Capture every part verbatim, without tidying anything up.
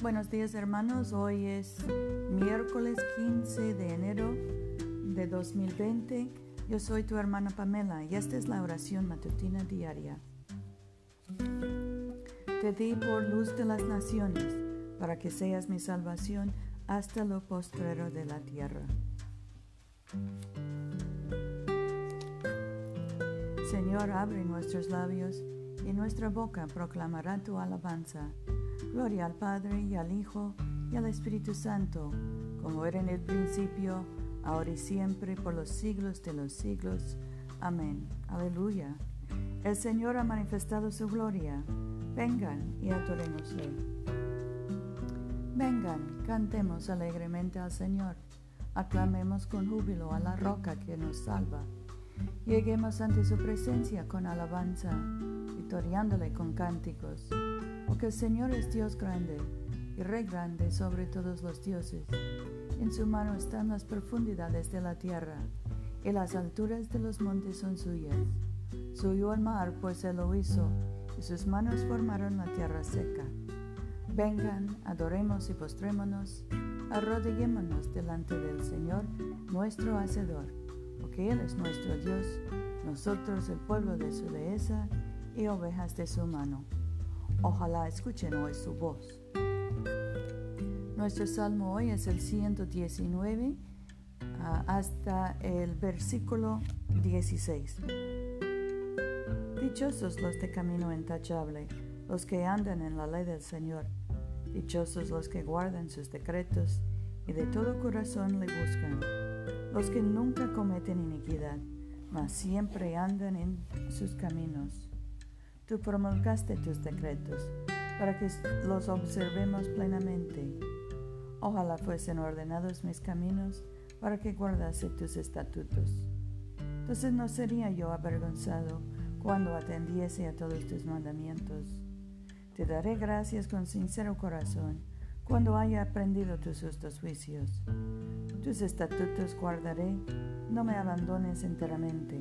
Buenos días, hermanos. Hoy es miércoles quince de enero de dos mil veinte. Yo soy tu hermana Pamela y esta es la oración matutina diaria. Te di por luz de las naciones, para que seas mi salvación hasta lo postrero de la tierra. Señor, abre nuestros labios y nuestra boca proclamará tu alabanza. Gloria al Padre y al Hijo y al Espíritu Santo, como era en el principio, ahora y siempre, por los siglos de los siglos. Amén. Aleluya. El Señor ha manifestado su gloria. Vengan y adorémosle. Vengan, cantemos alegremente al Señor. Aclamemos con júbilo a la roca que nos salva. Lleguemos ante su presencia con alabanza, victoriándole con cánticos. Porque el Señor es Dios grande y Rey grande sobre todos los dioses. En su mano están las profundidades de la tierra, y las alturas de los montes son suyas. Suyo el mar, pues él lo hizo, y sus manos formaron la tierra seca. Vengan, adoremos y postrémonos, arrodillémonos delante del Señor, nuestro Hacedor, porque Él es nuestro Dios, nosotros el pueblo de su dehesa y ovejas de su mano. Ojalá escuchen hoy su voz. Nuestro salmo hoy es el ciento diecinueve uh, hasta el versículo dieciséis. Dichosos los de camino intachable, los que andan en la ley del Señor. Dichosos los que guardan sus decretos y de todo corazón le buscan. Los que nunca cometen iniquidad, mas siempre andan en sus caminos. Tú promulgaste tus decretos para que los observemos plenamente. Ojalá fuesen ordenados mis caminos para que guardase tus estatutos. Entonces no sería yo avergonzado cuando atendiese a todos tus mandamientos. Te daré gracias con sincero corazón cuando haya aprendido tus justos juicios. Tus estatutos guardaré, no me abandones enteramente.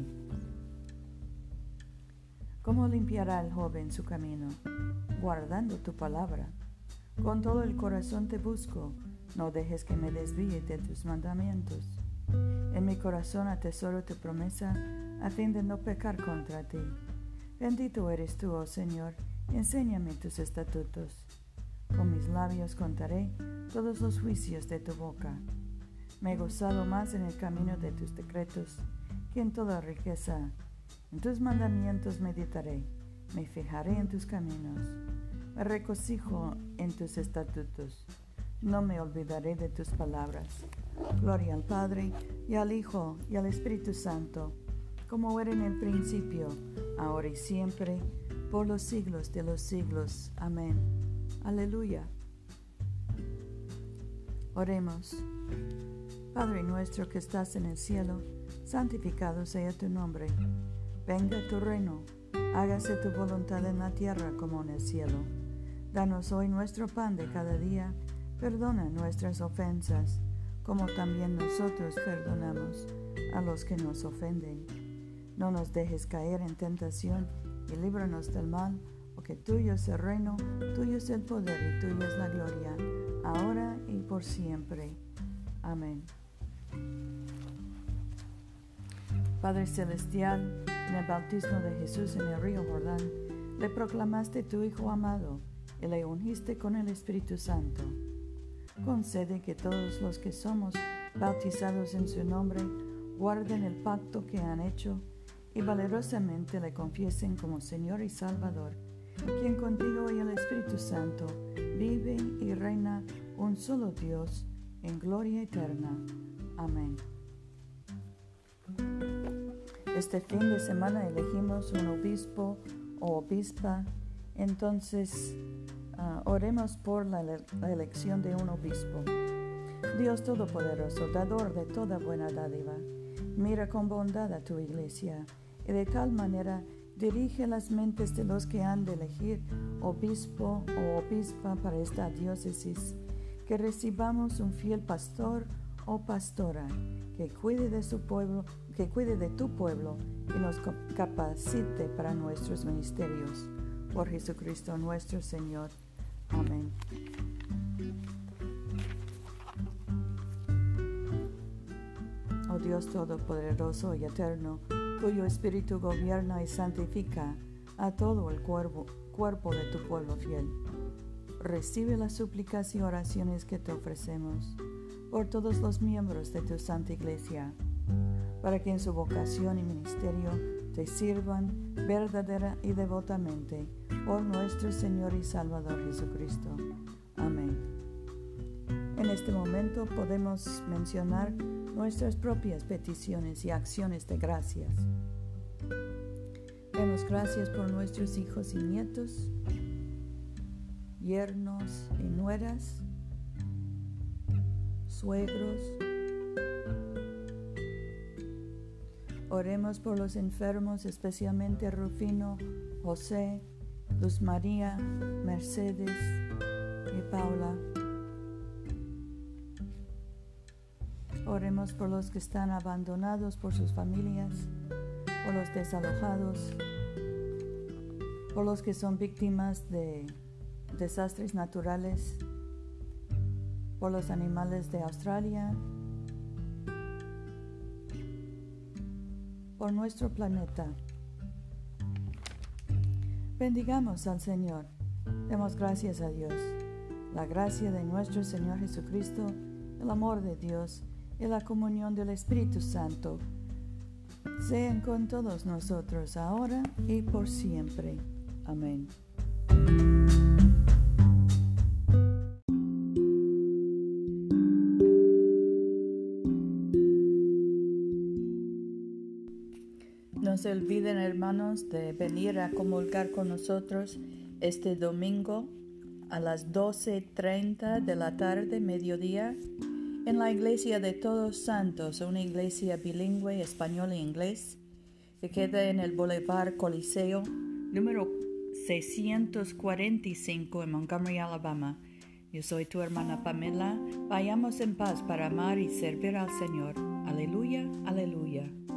¿Cómo limpiará el joven su camino? Guardando tu palabra. Con todo el corazón te busco, no dejes que me desvíe de tus mandamientos. En mi corazón atesoro tu promesa, a fin de no pecar contra ti. Bendito eres tú, oh Señor, enséñame tus estatutos. Con mis labios contaré todos los juicios de tu boca. Me he gozado más en el camino de tus decretos que en toda riqueza. En tus mandamientos meditaré, me fijaré en tus caminos, me regocijo en tus estatutos, no me olvidaré de tus palabras. Gloria al Padre, y al Hijo, y al Espíritu Santo, como era en el principio, ahora y siempre, por los siglos de los siglos. Amén. Aleluya. Oremos. Padre nuestro que estás en el cielo, santificado sea tu nombre. Venga tu reino, hágase tu voluntad en la tierra como en el cielo. Danos hoy nuestro pan de cada día, perdona nuestras ofensas, como también nosotros perdonamos a los que nos ofenden. No nos dejes caer en tentación y líbranos del mal, porque tuyo es el reino, tuyo es el poder y tuya es la gloria, ahora y por siempre. Amén. Padre Celestial, en el bautismo de Jesús en el río Jordán, le proclamaste tu Hijo amado y le ungiste con el Espíritu Santo. Concede que todos los que somos bautizados en su nombre guarden el pacto que han hecho y valerosamente le confiesen como Señor y Salvador, quien contigo y el Espíritu Santo vive y reina un solo Dios en gloria eterna. Amén. Este fin de semana elegimos un obispo o obispa, entonces uh, oremos por la, ele- la elección de un obispo. Dios Todopoderoso, dador de toda buena dádiva, mira con bondad a tu iglesia y de tal manera dirige las mentes de los que han de elegir obispo o obispa para esta diócesis, que recibamos un fiel pastor o pastora que cuide de su pueblo, que cuide de tu pueblo y nos capacite para nuestros ministerios. Por Jesucristo nuestro Señor. Amén. oh Dios Todopoderoso y Eterno, cuyo Espíritu gobierna y santifica a todo el cuerpo, cuerpo de tu pueblo fiel. Recibe las súplicas y oraciones que te ofrecemos por todos los miembros de tu Santa Iglesia, para que en su vocación y ministerio te sirvan verdadera y devotamente por nuestro Señor y Salvador Jesucristo. Amén. En este momento podemos mencionar nuestras propias peticiones y acciones de gracias. Demos gracias por nuestros hijos y nietos, yernos y nueras, suegros. Oremos por los enfermos, especialmente Rufino, José, Luz María, Mercedes y Paula. Oremos por los que están abandonados por sus familias, por los desalojados, por los que son víctimas de desastres naturales, por los animales de Australia, por nuestro planeta. Bendigamos al Señor. Demos gracias a Dios. La gracia de nuestro Señor Jesucristo, el amor de Dios y la comunión del Espíritu Santo sean con todos nosotros ahora y por siempre. Amén. No se olviden, hermanos, de venir a comulgar con nosotros este domingo a las doce treinta de la tarde, mediodía, en la Iglesia de Todos Santos, una iglesia bilingüe, español e inglés, que queda en el Boulevard Coliseo, número seiscientos cuarenta y cinco en Montgomery, Alabama. Yo soy tu hermana Pamela. Vayamos en paz para amar y servir al Señor. Aleluya, aleluya.